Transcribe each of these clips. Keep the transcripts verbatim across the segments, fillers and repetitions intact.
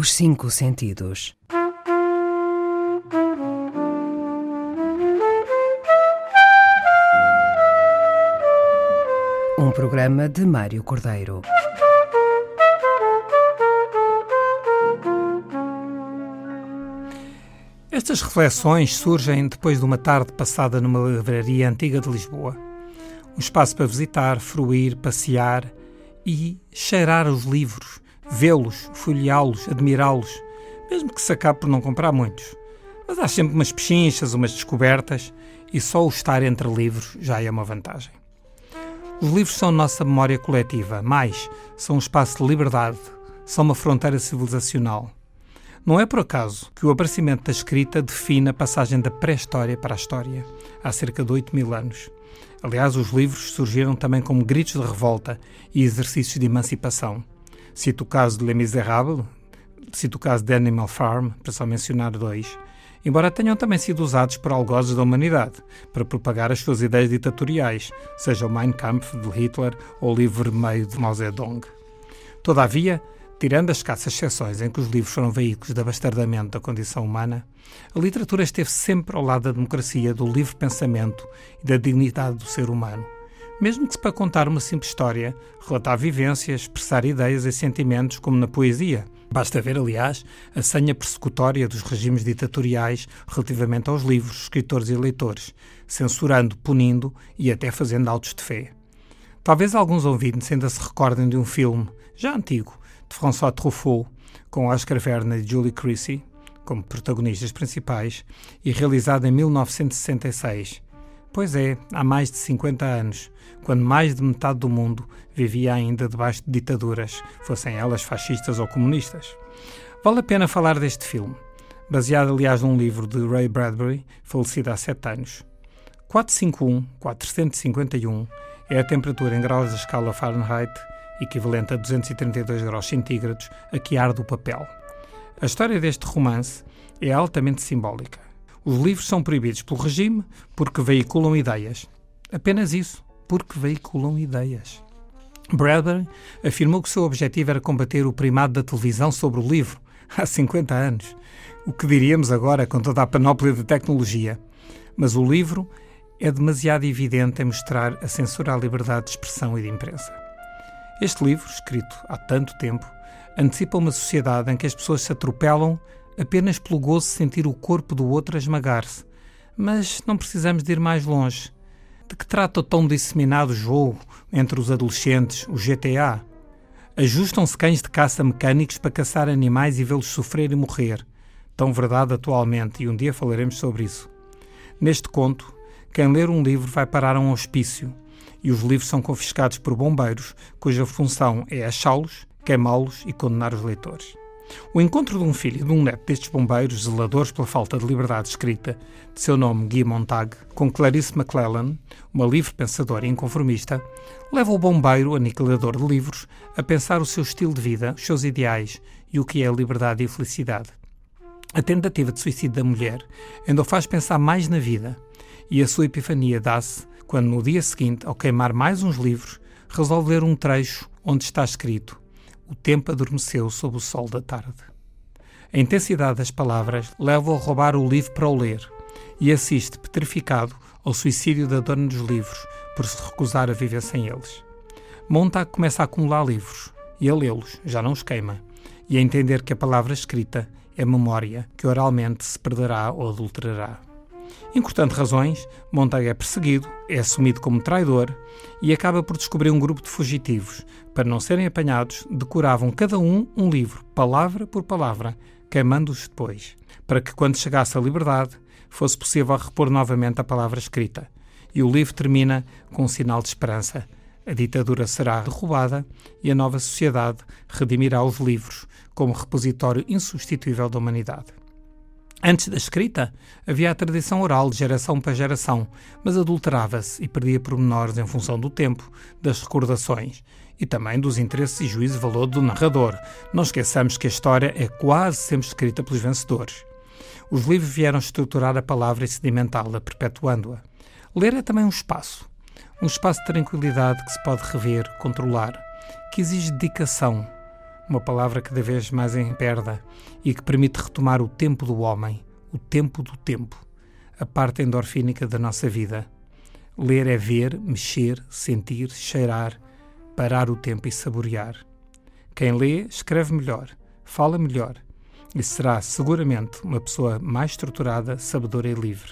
Os cinco sentidos. Um programa de Mário Cordeiro. Estas reflexões surgem depois de uma tarde passada numa livraria antiga de Lisboa. Um espaço para visitar, fruir, passear e cheirar os livros, vê-los, folheá-los, admirá-los, mesmo que se acabe por não comprar muitos. Mas há sempre umas pechinchas, umas descobertas, e só o estar entre livros já é uma vantagem. Os livros são nossa memória coletiva, mais, são um espaço de liberdade, são uma fronteira civilizacional. Não é por acaso que o aparecimento da escrita define a passagem da pré-história para a história, há cerca de oito mil anos. Aliás, os livros surgiram também como gritos de revolta e exercícios de emancipação. Cito o caso de Les Misérables, cito o caso de Animal Farm, para só mencionar dois, embora tenham também sido usados por algozes da humanidade para propagar as suas ideias ditatoriais, seja o Mein Kampf de Hitler ou o Livro Vermelho de Mao Zedong. Todavia, tirando as escassas exceções em que os livros foram veículos de abastardamento da condição humana, a literatura esteve sempre ao lado da democracia, do livre pensamento e da dignidade do ser humano. Mesmo que se para contar uma simples história, relatar vivências, expressar ideias e sentimentos como na poesia. Basta ver, aliás, a senha persecutória dos regimes ditatoriais relativamente aos livros, escritores e leitores, censurando, punindo e até fazendo autos de fé. Talvez alguns ouvintes ainda se recordem de um filme, já antigo, de François Truffaut, com Oscar Werner e Julie Christie como protagonistas principais, e realizado em mil novecentos e sessenta e seis. Pois é, há mais de cinquenta anos, quando mais de metade do mundo vivia ainda debaixo de ditaduras, fossem elas fascistas ou comunistas. Vale a pena falar deste filme, baseado aliás num livro de Ray Bradbury, falecido há sete anos. quatrocentos e cinquenta e um, quatrocentos e cinquenta e um é a temperatura em graus da escala Fahrenheit, equivalente a duzentos e trinta e dois graus centígrados, a que arde o papel. A história deste romance é altamente simbólica. Os livros são proibidos pelo regime porque veiculam ideias. Apenas isso, porque veiculam ideias. Bradbury afirmou que o seu objetivo era combater o primado da televisão sobre o livro, há cinquenta anos. O que diríamos agora com toda a panóplia de tecnologia. Mas o livro é demasiado evidente em mostrar a censura à liberdade de expressão e de imprensa. Este livro, escrito há tanto tempo, antecipa uma sociedade em que as pessoas se atropelam apenas pelo gozo de sentir o corpo do outro a esmagar-se. Mas não precisamos de ir mais longe. De que trata o tão disseminado jogo entre os adolescentes, o G T A? Ajustam-se cães de caça mecânicos para caçar animais e vê-los sofrer e morrer. Tão verdade atualmente, e um dia falaremos sobre isso. Neste conto, quem ler um livro vai parar a um hospício, e os livros são confiscados por bombeiros, cuja função é achá-los, queimá-los e condenar os leitores. O encontro de um filho e de um neto destes bombeiros, zeladores pela falta de liberdade escrita, de seu nome Guy Montag, com Clarice McClellan, uma livre pensadora e inconformista, leva o bombeiro, aniquilador de livros, a pensar o seu estilo de vida, os seus ideais e o que é a liberdade e a felicidade. A tentativa de suicídio da mulher ainda o faz pensar mais na vida, e a sua epifania dá-se quando, no dia seguinte, ao queimar mais uns livros, resolve ler um trecho onde está escrito: "O tempo adormeceu sob o sol da tarde." A intensidade das palavras leva-o a roubar o livro para o ler e assiste, petrificado, ao suicídio da dona dos livros por se recusar a viver sem eles. Montag começa a acumular livros e a lê-los, já não os queima, e a entender que a palavra escrita é memória que oralmente se perderá ou adulterará. Encurtando razões, Montag é perseguido, é assumido como traidor e acaba por descobrir um grupo de fugitivos. Para não serem apanhados, decoravam cada um um livro, palavra por palavra, queimando-os depois, para que quando chegasse a liberdade, fosse possível repor novamente a palavra escrita. E o livro termina com um sinal de esperança. A ditadura será derrubada e a nova sociedade redimirá os livros como repositório insubstituível da humanidade. Antes da escrita, havia a tradição oral de geração para geração, mas adulterava-se e perdia pormenores em função do tempo, das recordações e também dos interesses e juízo de valor do narrador. Não esqueçamos que a história é quase sempre escrita pelos vencedores. Os livros vieram estruturar a palavra e sedimentá-la, perpetuando-a. Ler é também um espaço, um espaço de tranquilidade que se pode rever, controlar, que exige dedicação, uma palavra cada vez mais em perda e que permite retomar o tempo do homem, o tempo do tempo, a parte endorfínica da nossa vida. Ler é ver, mexer, sentir, cheirar, parar o tempo e saborear. Quem lê, escreve melhor, fala melhor e será seguramente uma pessoa mais estruturada, sabedora e livre.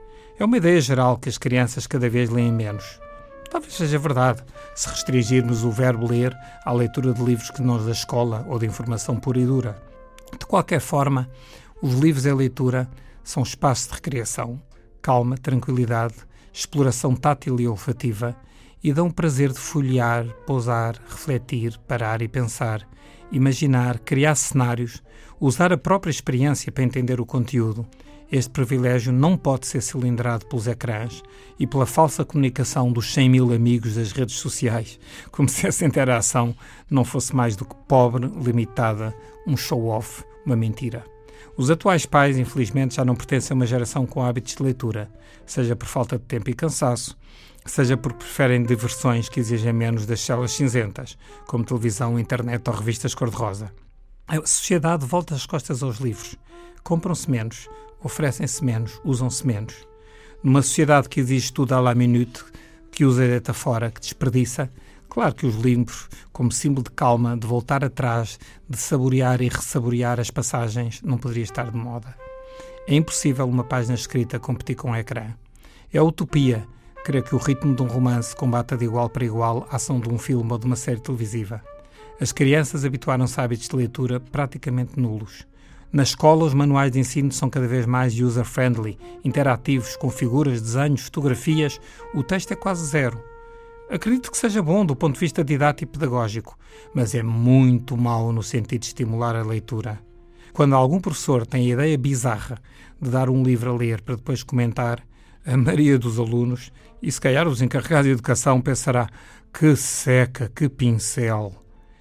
É uma ideia geral que as crianças cada vez leem menos. Talvez seja verdade, se restringirmos o verbo ler à leitura de livros que nós da escola ou de informação pura e dura. De qualquer forma, os livros e a leitura são espaços de recreação, calma, tranquilidade, exploração tátil e olfativa e dão prazer de folhear, pousar, refletir, parar e pensar, imaginar, criar cenários, usar a própria experiência para entender o conteúdo. Este privilégio não pode ser cilindrado pelos ecrãs e pela falsa comunicação dos cem mil amigos das redes sociais, como se essa interação não fosse mais do que pobre, limitada, um show-off, uma mentira. Os atuais pais, infelizmente, já não pertencem a uma geração com hábitos de leitura, seja por falta de tempo e cansaço, seja porque preferem diversões que exigem menos das celas cinzentas, como televisão, internet ou revistas cor-de-rosa. A sociedade volta as costas aos livros. Compram-se menos, oferecem-se menos, usam-se menos. Numa sociedade que exige tudo à la minute, que usa e deita fora, que desperdiça, claro que os livros, como símbolo de calma, de voltar atrás, de saborear e ressaborear as passagens, não poderia estar de moda. É impossível uma página escrita competir com um ecrã. É utopia crer que o ritmo de um romance combata de igual para igual a ação de um filme ou de uma série televisiva. As crianças habituaram-se a hábitos de leitura praticamente nulos. Na escola, os manuais de ensino são cada vez mais user-friendly, interativos, com figuras, desenhos, fotografias. O texto é quase zero. Acredito que seja bom do ponto de vista didático e pedagógico, mas é muito mau no sentido de estimular a leitura. Quando algum professor tem a ideia bizarra de dar um livro a ler para depois comentar, a maioria dos alunos, e se calhar os encarregados de educação, pensará: que seca, que pincel.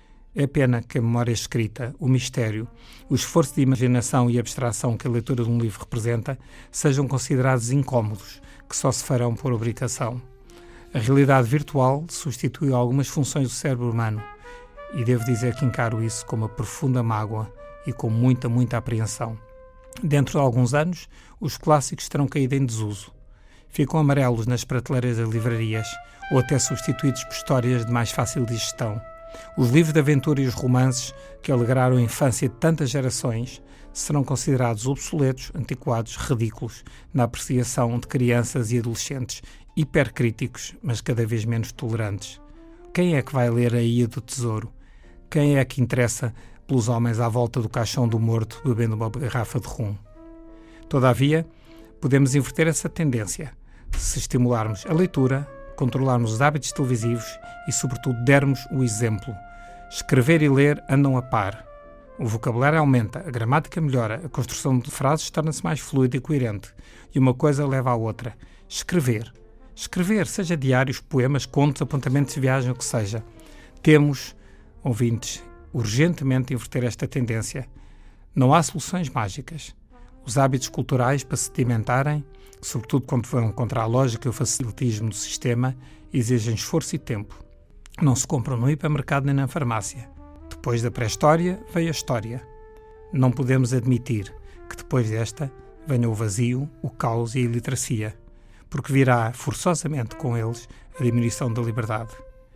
É pena que a memória escrita, o mistério, o esforço de imaginação e abstração que a leitura de um livro representa sejam considerados incómodos, que só se farão por obrigação. A realidade virtual substitui algumas funções do cérebro humano e devo dizer que encaro isso com uma profunda mágoa e com muita, muita apreensão. Dentro de alguns anos, os clássicos terão caído em desuso. Ficam amarelos nas prateleiras das livrarias ou até substituídos por histórias de mais fácil digestão. Os livros de aventura e os romances que alegraram a infância de tantas gerações serão considerados obsoletos, antiquados, ridículos na apreciação de crianças e adolescentes hipercríticos, mas cada vez menos tolerantes. Quem é que vai ler a Ilha do Tesouro? Quem é que interessa pelos homens à volta do caixão do morto bebendo uma garrafa de rum? Todavia, podemos inverter essa tendência se estimularmos a leitura, controlarmos os hábitos televisivos e, sobretudo, dermos o exemplo. Escrever e ler andam a par. O vocabulário aumenta, a gramática melhora, a construção de frases torna-se mais fluida e coerente. E uma coisa leva à outra. Escrever. Escrever, seja diários, poemas, contos, apontamentos de viagem, o que seja. Temos, ouvintes, urgentemente inverter esta tendência. Não há soluções mágicas. Os hábitos culturais, para se sedimentarem, sobretudo quando vão contra a lógica e o facilitismo do sistema, exigem esforço e tempo. Não se compram no hipermercado nem na farmácia. Depois da pré-história, veio a história. Não podemos admitir que depois desta venha o vazio, o caos e a iliteracia, porque virá forçosamente com eles a diminuição da liberdade.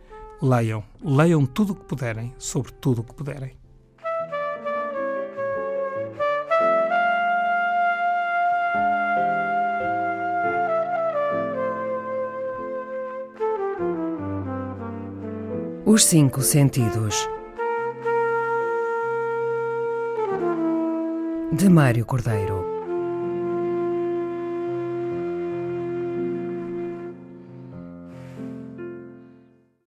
Leiam, leiam tudo o que puderem, sobre tudo o que puderem. Os Cinco Sentidos, de Mário Cordeiro.